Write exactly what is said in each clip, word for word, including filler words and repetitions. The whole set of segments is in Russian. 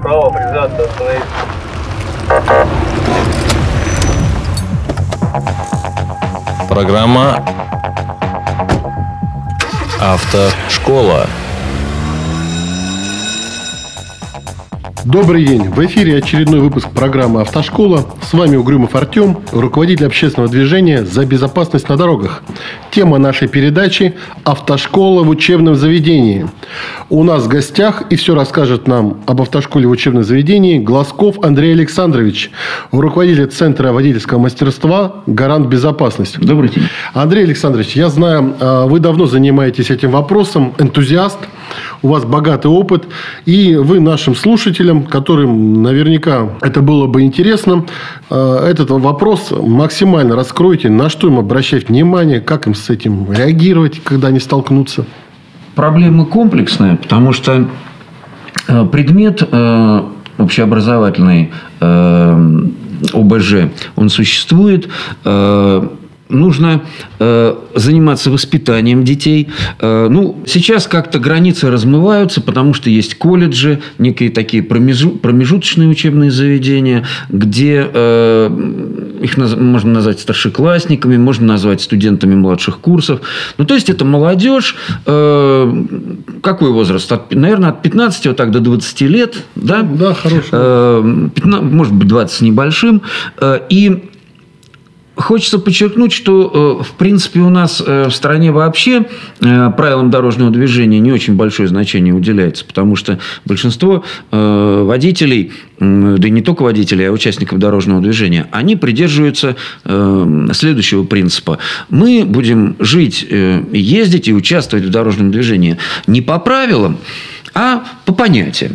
Право признаться, остановиться. Программа «Автошкола». Добрый день! В эфире очередной выпуск программы «Автошкола». С вами Угрюмов Артем, руководитель общественного движения «За безопасность на дорогах». Тема нашей передачи – «Автошкола в учебном заведении». У нас в гостях и все расскажет нам об автошколе в учебном заведении Глазков Андрей Александрович, руководитель Центра водительского мастерства «Гарант безопасности». Добрый день. Андрей Александрович, я знаю, вы давно занимаетесь этим вопросом, энтузиаст, у вас богатый опыт, и вы нашим слушателям, которым наверняка это было бы интересно, этот вопрос максимально раскройте, на что им обращать внимание, как им с этим реагировать, когда они столкнутся. Проблема комплексная, потому что предмет общеобразовательный о бэ жэ, он существует. Нужно э, заниматься воспитанием детей. Э, ну, сейчас как-то границы размываются, потому что есть колледжи, некие такие промежу- промежуточные учебные заведения, где э, их наз- можно назвать старшеклассниками, можно назвать студентами младших курсов. Ну, то есть, это молодежь. Э, какой возраст? От, наверное, от пятнадцати вот так до двадцати лет. Да, да, хороший. Э, пятнадцать, может быть, двадцать с небольшим. Э, и Хочется подчеркнуть, что, в принципе, у нас в стране вообще правилам дорожного движения не очень большое значение уделяется, потому что большинство водителей, да и не только водителей, а участников дорожного движения, они придерживаются следующего принципа. Мы будем жить, ездить и участвовать в дорожном движении не по правилам, а по понятиям.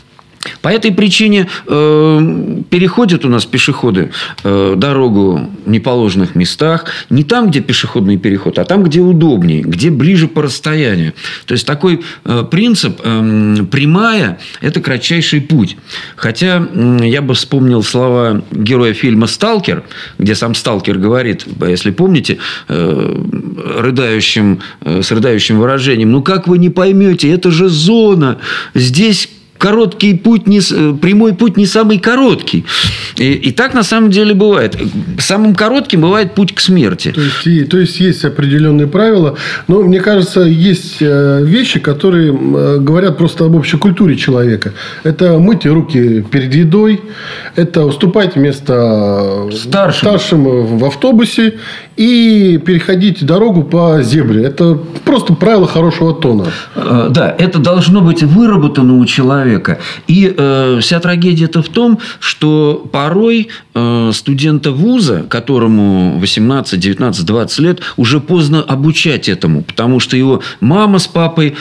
По этой причине э, переходят у нас пешеходы э, дорогу в неположенных местах. Не там, где пешеходный переход, а там, где удобнее, где ближе по расстоянию. То есть, такой э, принцип э, прямая – это кратчайший путь. Хотя э, я бы вспомнил слова героя фильма «Сталкер», где сам сталкер говорит, если помните, э, рыдающим, э, с рыдающим выражением: «Ну, как вы не поймете, это же зона, здесь короткий путь, не, прямой путь не самый короткий». И, и так на самом деле бывает. Самым коротким бывает путь к смерти. То есть, и, то есть, есть определенные правила. Но, мне кажется, есть вещи, которые говорят просто об общей культуре человека. Это мыть руки перед едой. Это уступать место старшим, старшим в автобусе. И переходить дорогу по зебре. Это просто правило хорошего тона. Да, это должно быть выработано у человека. И э, вся трагедия-то в том, что порой э, студента вуза, которому восемнадцать, девятнадцать, двадцать лет, уже поздно обучать этому. Потому что его мама с папой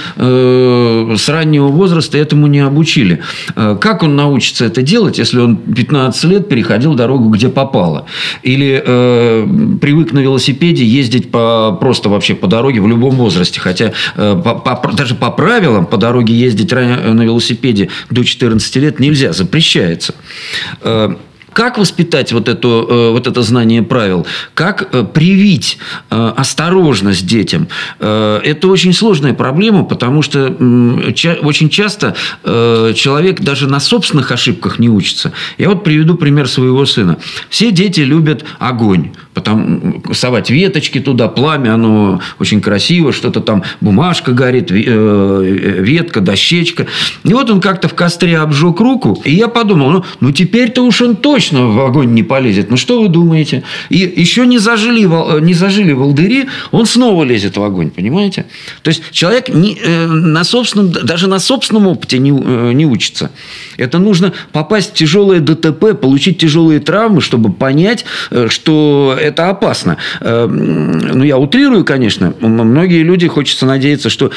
э, с раннего возраста этому не обучили. Э, как он научится это делать, если он пятнадцать лет переходил дорогу, где попало? Или э, привык на велосипеде ездить по, просто вообще по дороге в любом возрасте. Хотя э, по, по, даже по правилам по дороге ездить на велосипеде до четырнадцати лет нельзя, запрещается. Э, Как воспитать вот, эту, вот это знание правил? Как привить осторожность детям? Это очень сложная проблема, потому что очень часто человек даже на собственных ошибках не учится. Я вот приведу пример своего сына. Все дети любят огонь. Потом совать веточки туда, пламя, оно очень красиво, что-то там, бумажка горит, ветка, дощечка. И вот он как-то в костре обжег руку, и я подумал, ну, ну теперь-то уж он точно в огонь не полезет. Ну, что вы думаете? И еще не зажили, не зажили волдыри, он снова лезет в огонь, понимаете? То есть, человек не, на собственном, даже на собственном опыте не, не учится. Это нужно попасть в тяжелое дэ тэ пэ, получить тяжелые травмы, чтобы понять, что это опасно. Ну, я утрирую, конечно. Многие люди, хочется надеяться, что,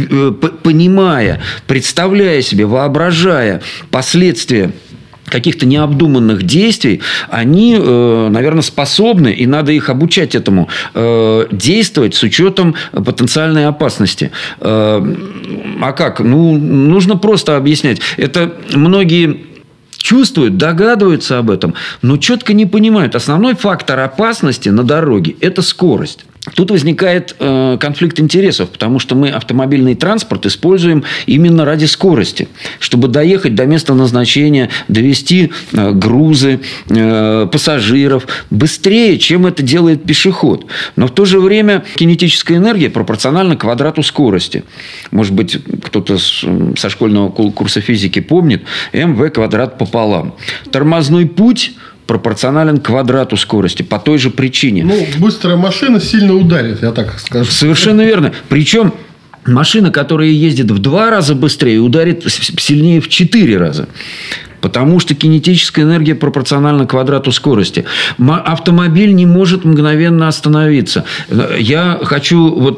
понимая, представляя себе, воображая последствия каких-то необдуманных действий, они, наверное, способны, и надо их обучать этому, действовать с учетом потенциальной опасности. А как? Ну, нужно просто объяснять. Это многие чувствуют, догадываются об этом, но четко не понимают. Основной фактор опасности на дороге – это скорость. Тут возникает э, конфликт интересов, потому что мы автомобильный транспорт используем именно ради скорости, чтобы доехать до места назначения, довести э, грузы, э, пассажиров быстрее, чем это делает пешеход. Но в то же время кинетическая энергия пропорциональна квадрату скорости. Может быть, кто-то с, со школьного курса физики помнит, эм вэ квадрат пополам. Тормозной путь пропорционален квадрату скорости по той же причине. Ну, быстрая машина сильно ударит, я так скажу. Совершенно верно. Причем машина, которая ездит в два раза быстрее, ударит сильнее в четыре раза. Потому что кинетическая энергия пропорциональна квадрату скорости. Автомобиль не может мгновенно остановиться. Я хочу вот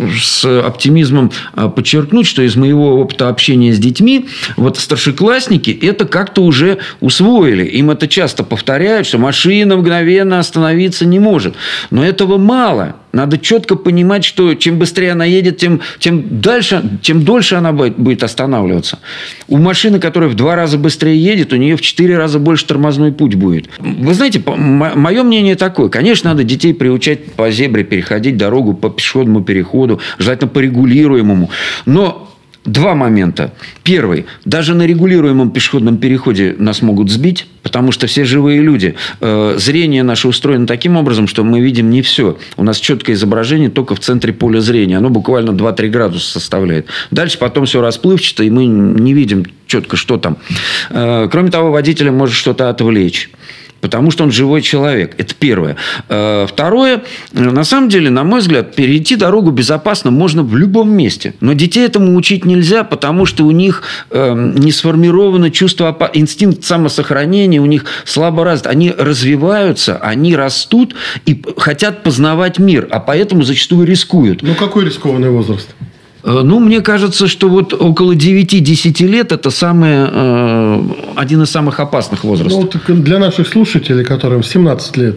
с оптимизмом подчеркнуть, что из моего опыта общения с детьми, вот старшеклассники это как-то уже усвоили. Им это часто повторяют, что машина мгновенно остановиться не может. Но этого мало. Надо четко понимать, что чем быстрее она едет, тем, тем, дальше, тем дольше она будет, будет останавливаться. У машины, которая в два раза быстрее едет, у нее в четыре раза больше тормозной путь будет. Вы знаете, мое мнение такое. Конечно, надо детей приучать по зебре переходить дорогу, по пешеходному переходу, желательно по регулируемому. Но два момента. Первый. Даже на регулируемом пешеходном переходе нас могут сбить, потому что все живые люди. Зрение наше устроено таким образом, что мы видим не все. У нас четкое изображение только в центре поля зрения. Оно буквально два-три градуса составляет. Дальше потом все расплывчато, и мы не видим четко, что там. Кроме того, водителя может что-то отвлечь. Потому что он живой человек. Это первое. Второе. На самом деле, на мой взгляд, перейти дорогу безопасно можно в любом месте. Но детей этому учить нельзя, потому что у них не сформировано чувство, инстинкт самосохранения, у них слабо развит. Они развиваются, они растут и хотят познавать мир, а поэтому зачастую рискуют. Ну, какой рискованный возраст? Ну, мне кажется, что вот около девяти-десяти лет это самое, э, один из самых опасных возрастов. Ну, вот для наших слушателей, которым семнадцать лет,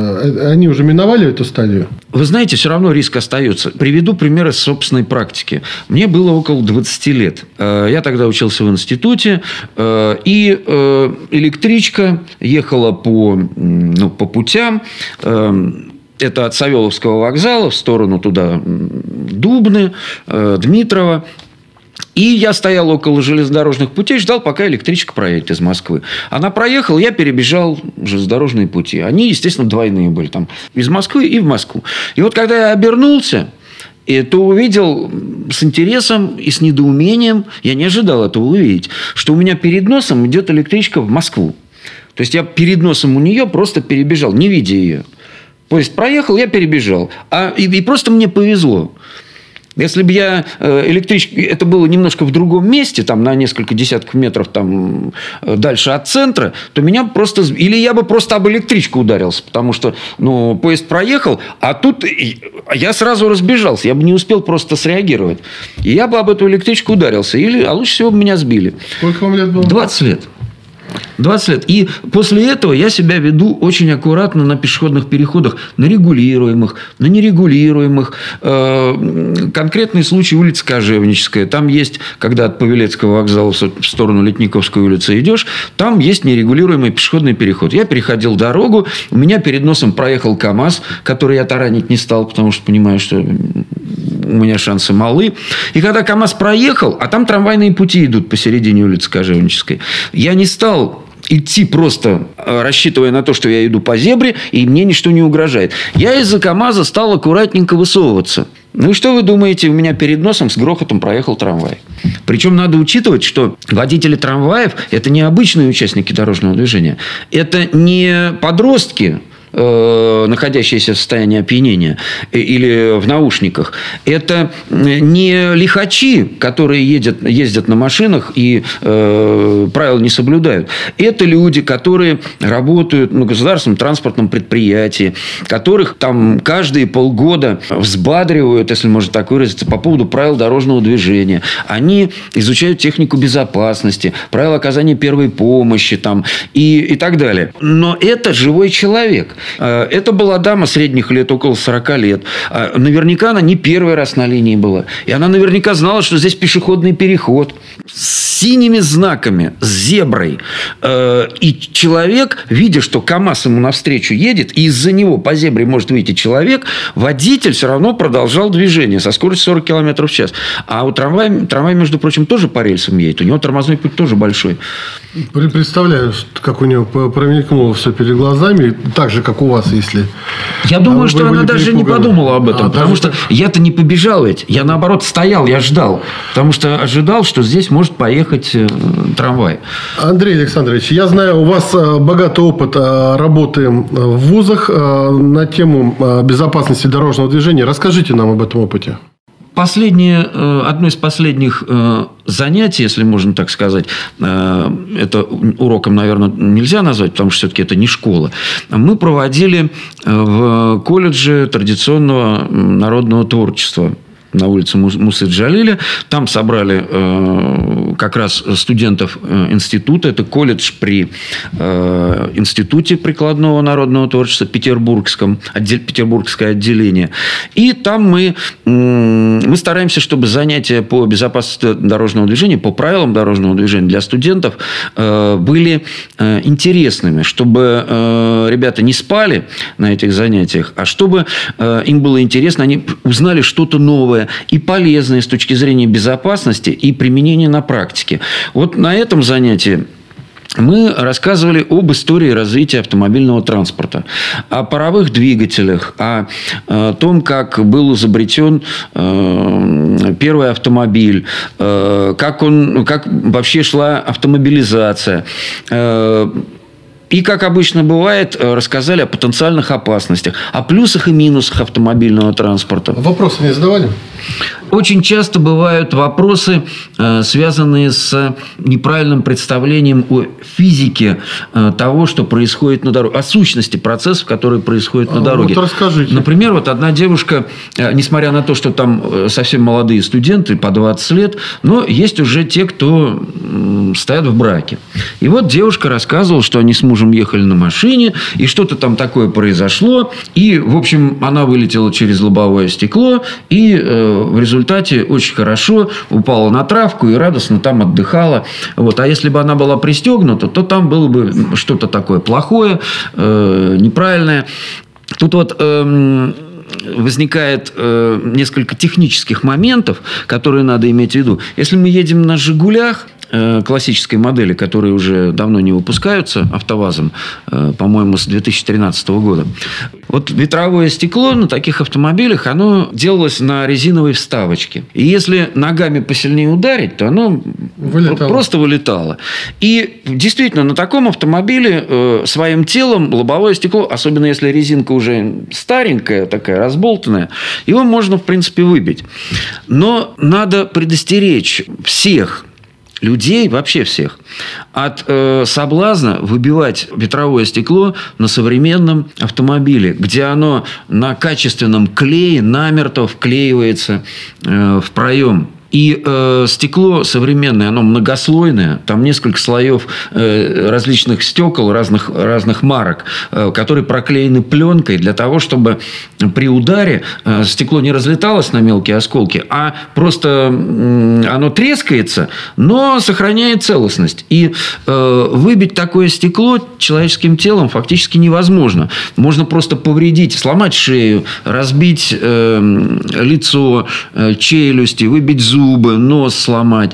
э, они уже миновали эту стадию? Вы знаете, все равно риск остается. Приведу пример из собственной практики. Мне было около двадцати лет. Я тогда учился в институте, и электричка ехала по, ну, по путям. Это от Савеловского вокзала в сторону туда Дубны, Дмитрова. И я стоял около железнодорожных путей, ждал, пока электричка проедет из Москвы. Она проехала, я перебежал железнодорожные пути. Они, естественно, двойные были. Там из Москвы и в Москву. И вот когда я обернулся, то увидел с интересом и с недоумением, я не ожидал этого увидеть, что у меня перед носом идет электричка в Москву. То есть, я перед носом у нее просто перебежал, не видя ее. Поезд проехал, я перебежал. А, и, и просто мне повезло. Если бы я электричка... Это было немножко в другом месте, там на несколько десятков метров там, дальше от центра, то меня просто... Или я бы просто об электричку ударился, потому что ну, поезд проехал, а тут я сразу разбежался. Я бы не успел просто среагировать. И я бы об эту электричку ударился. Или, а лучше всего бы меня сбили. Сколько вам лет было? двадцать лет. двадцать лет. И после этого я себя веду очень аккуратно на пешеходных переходах, на регулируемых, на нерегулируемых. Конкретный случай улица Кожевническая. Там есть, когда от Павелецкого вокзала в сторону Летниковской улицы идешь, там есть нерегулируемый пешеходный переход. Я переходил дорогу, у меня перед носом проехал КАМАЗ, который я таранить не стал, потому что понимаю, что у меня шансы малы. И когда КАМАЗ проехал, а там трамвайные пути идут посередине улицы Кожевнической, я не стал идти просто рассчитывая на то, что я иду по зебре, и мне ничто не угрожает. Я из-за КАМАЗа стал аккуратненько высовываться. Ну и что вы думаете, у меня перед носом с грохотом проехал трамвай. Причем надо учитывать, что водители трамваев – это не обычные участники дорожного движения. Это не подростки, находящиеся в состоянии опьянения или в наушниках. Это не лихачи, которые ездят, ездят на машинах и э, правил не соблюдают. Это люди, которые работают на государственном транспортном предприятии, которых там каждые полгода взбадривают, если можно так выразиться, по поводу правил дорожного движения. Они изучают технику безопасности, правила оказания первой помощи там, и, и так далее. Но это живой человек. Это была дама средних лет, около сорока лет. Наверняка она не первый раз на линии была. И она наверняка знала, что здесь пешеходный переход с синими знаками, с зеброй. И человек, видя, что КамАЗ ему навстречу едет, и из-за него по зебре может выйти человек, водитель все равно продолжал движение со скоростью сорок километров в час. А у трамвая, трамвай, между прочим, тоже по рельсам едет. У него тормозной путь тоже большой. Представляю, как у него промелькнуло все перед глазами, так же, как у вас, если... Я думаю, а что она даже перепуганы. Не подумала об этом, а, потому что так... я-то не побежал ведь. Я, наоборот, стоял, я ждал. Потому что ожидал, что здесь может поехать трамвай. Андрей Александрович, я знаю, у вас богатый опыт работы в вузах на тему безопасности дорожного движения. Расскажите нам об этом опыте. Последнее, одно из последних занятий, если можно так сказать, это уроком, наверное, нельзя назвать, потому что все-таки это не школа, мы проводили в колледже традиционного народного творчества на улице Мусы Джалиля. Там собрали э, как раз студентов э, института. Это колледж при э, Институте прикладного народного творчества Петербургском, отдель, Петербургское отделение. И там мы, э, мы стараемся, чтобы занятия по безопасности дорожного движения, по правилам дорожного движения для студентов э, были э, интересными, чтобы э, ребята не спали на этих занятиях, а чтобы э, им было интересно, они узнали что-то новое и полезное с точки зрения безопасности и применения на практике. Вот на этом занятии мы рассказывали об истории развития автомобильного транспорта, о паровых двигателях, о, о том, как был изобретен э, первый автомобиль, э, как, он, как вообще шла автомобилизация. Э, И, как обычно бывает, рассказали о потенциальных опасностях, о плюсах и минусах автомобильного транспорта. Вопросы не задавали? Очень часто бывают вопросы, связанные с неправильным представлением о физике того, что происходит на дороге, о сущности процессов, которые происходят на дороге. Вот расскажите. Например, вот одна девушка, несмотря на то, что там совсем молодые студенты, по двадцать лет, но есть уже те, кто стоят в браке. И вот девушка рассказывала, что они с мужем ехали на машине, и что-то там такое произошло, и, в общем, она вылетела через лобовое стекло, и э, в результате очень хорошо упала на травку и радостно там отдыхала. Вот. А если бы она была пристегнута, то там было бы что-то такое плохое, э, неправильное. Тут вот... Э, возникает э, несколько технических моментов, которые надо иметь в виду. Если мы едем на «Жигулях», э, классической модели, которые уже давно не выпускаются АвтоВАЗом, э, по-моему, с две тысячи тринадцатого года. Вот ветровое стекло на таких автомобилях, оно делалось на резиновой вставочке. И если ногами посильнее ударить, то оно вылетало. Просто вылетало. И действительно, на таком автомобиле э, своим телом лобовое стекло, особенно если резинка уже старенькая, такая разболтанная, его можно, в принципе, выбить. Но надо предостеречь всех людей, вообще всех, от э, соблазна выбивать ветровое стекло на современном автомобиле, где оно на качественном клее намертво вклеивается э, в проем. И э, стекло современное, оно многослойное, там несколько слоев э, различных стекол, разных, разных марок, э, которые проклеены пленкой для того, чтобы при ударе э, стекло не разлеталось на мелкие осколки, а просто э, оно трескается, но сохраняет целостность. И э, выбить такое стекло человеческим телом фактически невозможно. Можно просто повредить, сломать шею, разбить э, лицо, э, челюсти, выбить зубы, зубы, нос сломать.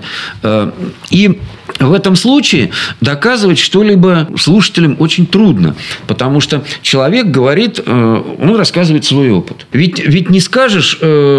И в этом случае доказывать что-либо слушателям очень трудно, потому что человек говорит, он рассказывает свой опыт. Ведь, ведь не скажешь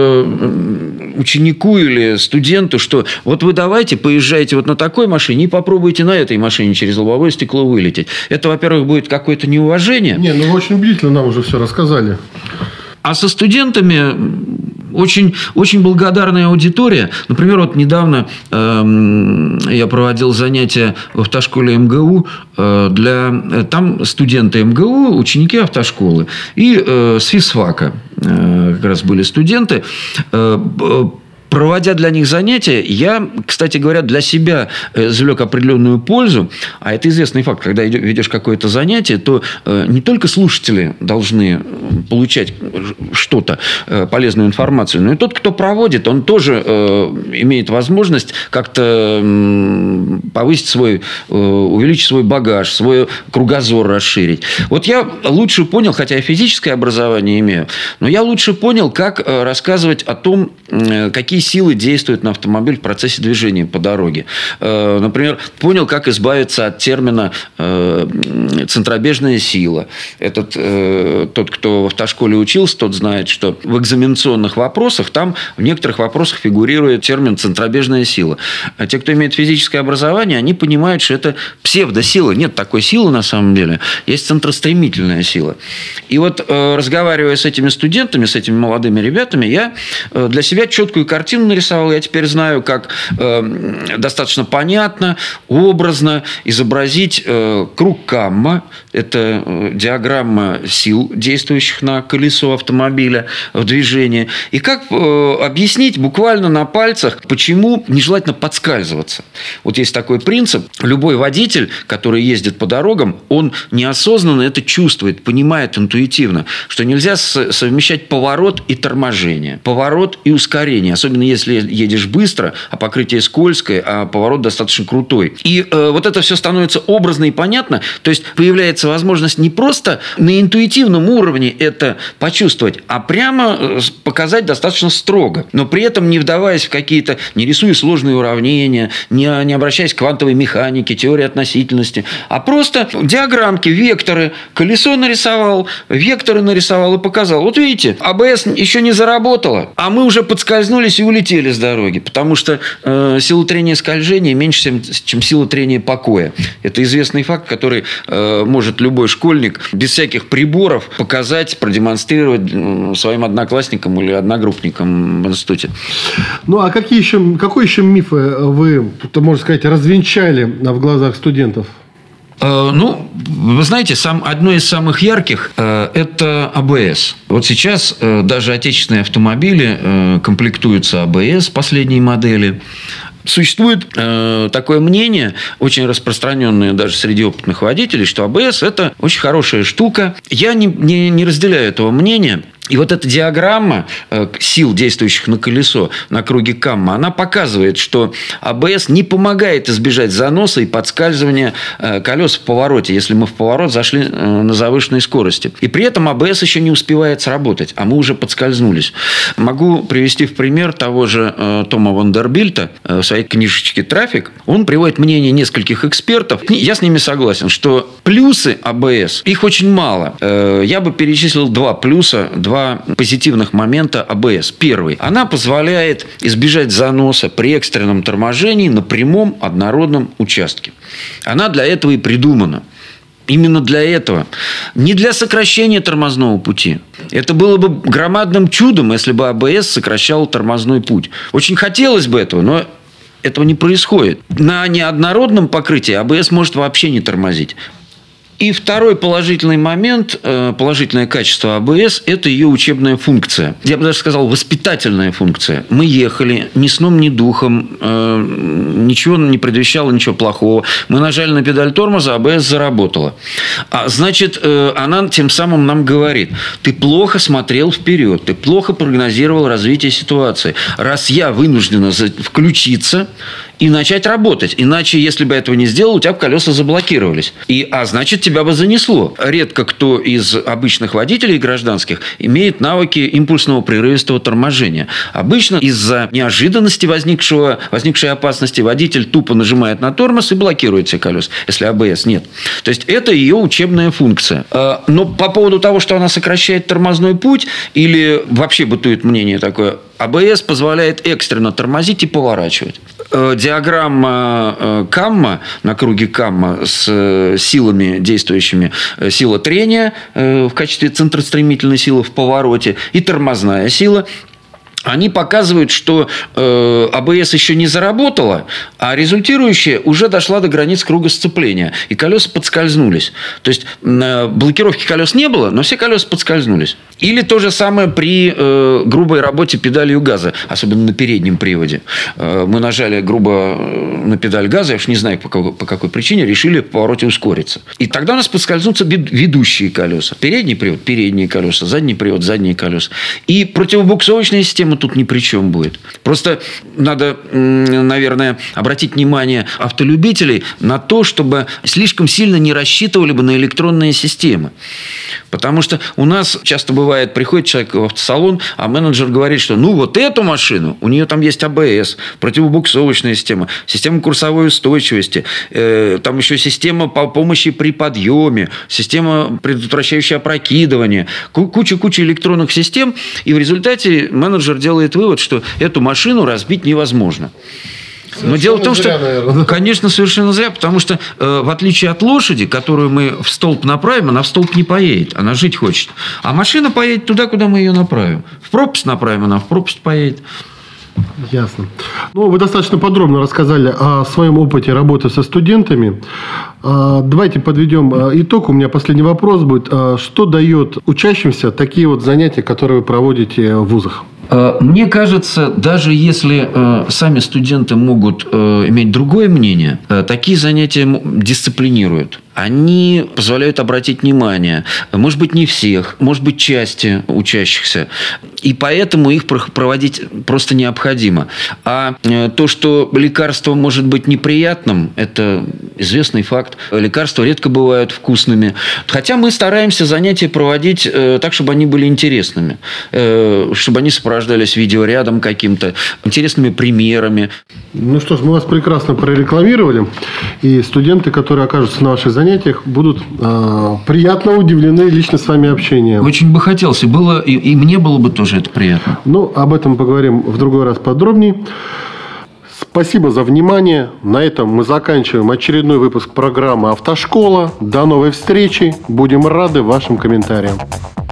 ученику или студенту, что вот вы давайте поезжайте вот на такой машине и попробуйте на этой машине через лобовое стекло вылететь. Это, во-первых, будет какое-то неуважение. Не, ну очень убедительно нам уже все рассказали. А со студентами очень, очень благодарная аудитория. Например, вот недавно э, я проводил занятия в автошколе МГУ. Э, для, там студенты МГУ, ученики автошколы. И э, с физфака э, как раз были студенты. Э, проводя для них занятия, я, кстати говоря, для себя извлек определенную пользу. А это известный факт. Когда ведешь какое-то занятие, то не только слушатели должны получать что-то, полезную информацию, но и тот, кто проводит, он тоже имеет возможность как-то повысить свой, увеличить свой багаж, свой кругозор расширить. Вот я лучше понял, хотя я физическое образование имею, но я лучше понял, как рассказывать о том, какие силы действуют на автомобиль в процессе движения по дороге. Например, понял, как избавиться от термина «центробежная сила». Этот, тот, кто в автошколе учился, тот знает, что в экзаменационных вопросах там в некоторых вопросах фигурирует термин «центробежная сила». А те, кто имеет физическое образование, они понимают, что это псевдосила. Нет такой силы на самом деле. Есть центростремительная сила. И вот, разговаривая с этими студентами, с этими молодыми ребятами, я для себя четкую картину нарисовал. Я теперь знаю, как достаточно понятно, образно изобразить круг Камма. Это диаграмма сил, действующих на колесо автомобиля в движении. И как объяснить буквально на пальцах, почему нежелательно подскальзываться. Вот есть такой принцип. Любой водитель, который ездит по дорогам, он неосознанно это чувствует, понимает интуитивно, что нельзя совмещать поворот и торможение, поворот и ускорение. Особенно если едешь быстро, а покрытие скользкое, а поворот достаточно крутой. И э, вот это все становится образно и понятно. То есть появляется возможность не просто на интуитивном уровне это почувствовать, а прямо показать достаточно строго. Но при этом не вдаваясь в какие-то, не рисуя сложные уравнения, не, не обращаясь к квантовой механике, теории относительности, а просто диаграммки, векторы. Колесо нарисовал, векторы нарисовал и показал. Вот видите, АБС еще не заработало, а мы уже подскользнулись и улетели с дороги, потому что э, сила трения скольжения меньше, чем, чем сила трения покоя. Это известный факт, который э, может любой школьник без всяких приборов показать, продемонстрировать своим одноклассникам или одногруппникам в институте. Ну, а какие еще, какой еще мифы вы, можно сказать, развенчали в глазах студентов? Ну, вы знаете, сам, одно из самых ярких э, – это АБС. Вот сейчас э, даже отечественные автомобили э, комплектуются АБС последней модели. Существует э, такое мнение, очень распространенное даже среди опытных водителей, что АБС – это очень хорошая штука. Я не, не, не разделяю этого мнения. И вот эта диаграмма э, сил, действующих на колесо, на круге Камма, она показывает, что АБС не помогает избежать заноса и подскальзывания э, колес в повороте, если мы в поворот зашли э, на завышенной скорости. И при этом АБС еще не успевает сработать, а мы уже подскользнулись. Могу привести в пример того же э, Тома Вандербильта э, в своей книжечке «Трафик». Он приводит мнение нескольких экспертов. Я с ними согласен, что плюсы АБС, их очень мало. Э, я бы перечислил два плюса, два позитивных момента АБС. Первый. Она позволяет избежать заноса при экстренном торможении на прямом однородном участке. Она для этого и придумана. Именно для этого. Не для сокращения тормозного пути. Это было бы громадным чудом, если бы АБС сокращал тормозной путь. Очень хотелось бы этого, но этого не происходит. На неоднородном покрытии АБС может вообще не тормозить. И второй положительный момент, положительное качество АБС – это ее учебная функция. Я бы даже сказал, воспитательная функция. Мы ехали ни сном, ни духом, ничего не предвещало, ничего плохого. Мы нажали на педаль тормоза, АБС заработала. А значит, она тем самым нам говорит: ты плохо смотрел вперед, ты плохо прогнозировал развитие ситуации. Раз я вынуждена включиться и начать работать. Иначе, если бы этого не сделал, у тебя бы колеса заблокировались. И, а значит, тебя бы занесло. Редко кто из обычных водителей гражданских имеет навыки импульсного прерывистого торможения. Обычно из-за неожиданности возникшего, возникшей опасности водитель тупо нажимает на тормоз и блокирует все колеса, если АБС нет. То есть, это ее учебная функция. Но по поводу того, что она сокращает тормозной путь, или вообще бытует мнение такое, АБС позволяет экстренно тормозить и поворачивать. Диаграмма Камма на круге Камма с силами, действующими, сила трения в качестве центростремительной силы в повороте и тормозная сила. они показывают, что э, АБС еще не заработала, а результирующая уже дошла до границ круга сцепления. И колеса подскользнулись. То есть, э, блокировки колес не было, но все колеса подскользнулись. Или то же самое при э, грубой работе педалью газа, особенно на переднем приводе. Э, мы нажали грубо на педаль газа, я уж не знаю, по какой, по какой причине, решили в повороте ускориться. И тогда у нас подскользнутся ведущие колеса. Передний привод – передние колеса, задний привод – задние колеса. И противобуксовочная система тут ни при чем будет. Просто надо, наверное, обратить внимание автолюбителей на то, чтобы слишком сильно не рассчитывали бы на электронные системы. Потому что у нас часто бывает, приходит человек в автосалон, а менеджер говорит, что ну вот эту машину, у нее там есть АБС, противобуксовочная система, система курсовой устойчивости, э, там еще система по помощи при подъеме, система, предотвращающая опрокидывание, куча-куча электронных систем, и в результате менеджер делает вывод, что эту машину разбить невозможно. Совершенно Но дело в том, зря, что, наверное. Конечно, совершенно зря, потому что, э, в отличие от лошади, которую мы в столб направим, она в столб не поедет, она жить хочет. А машина поедет туда, куда мы ее направим. В пропасть направим, она в пропасть поедет. Ясно. Ну, вы достаточно подробно рассказали о своем опыте работы со студентами. Давайте подведем итог. У меня последний вопрос будет. Что дает учащимся такие вот занятия, которые вы проводите в вузах? Мне кажется, даже если э, сами студенты могут э, иметь другое мнение, э, такие занятия дисциплинируют. Они позволяют обратить внимание, может быть, не всех, может быть, части учащихся. И поэтому их проводить просто необходимо. А то, что лекарство может быть неприятным, это известный факт. Лекарства редко бывают вкусными. Хотя мы стараемся занятия проводить так, чтобы они были интересными. Чтобы они сопровождались видеорядом каким-то, интересными примерами. Ну что ж, мы вас прекрасно прорекламировали. И студенты, которые окажутся на ваших занятиях, будут э, приятно удивлены лично с вами общением. Очень бы хотелось, и, было, и, и мне было бы тоже это приятно. Ну, об этом поговорим в другой раз подробнее. Спасибо за внимание. На этом мы заканчиваем очередной выпуск программы «Автошкола». До новой встречи. Будем рады вашим комментариям.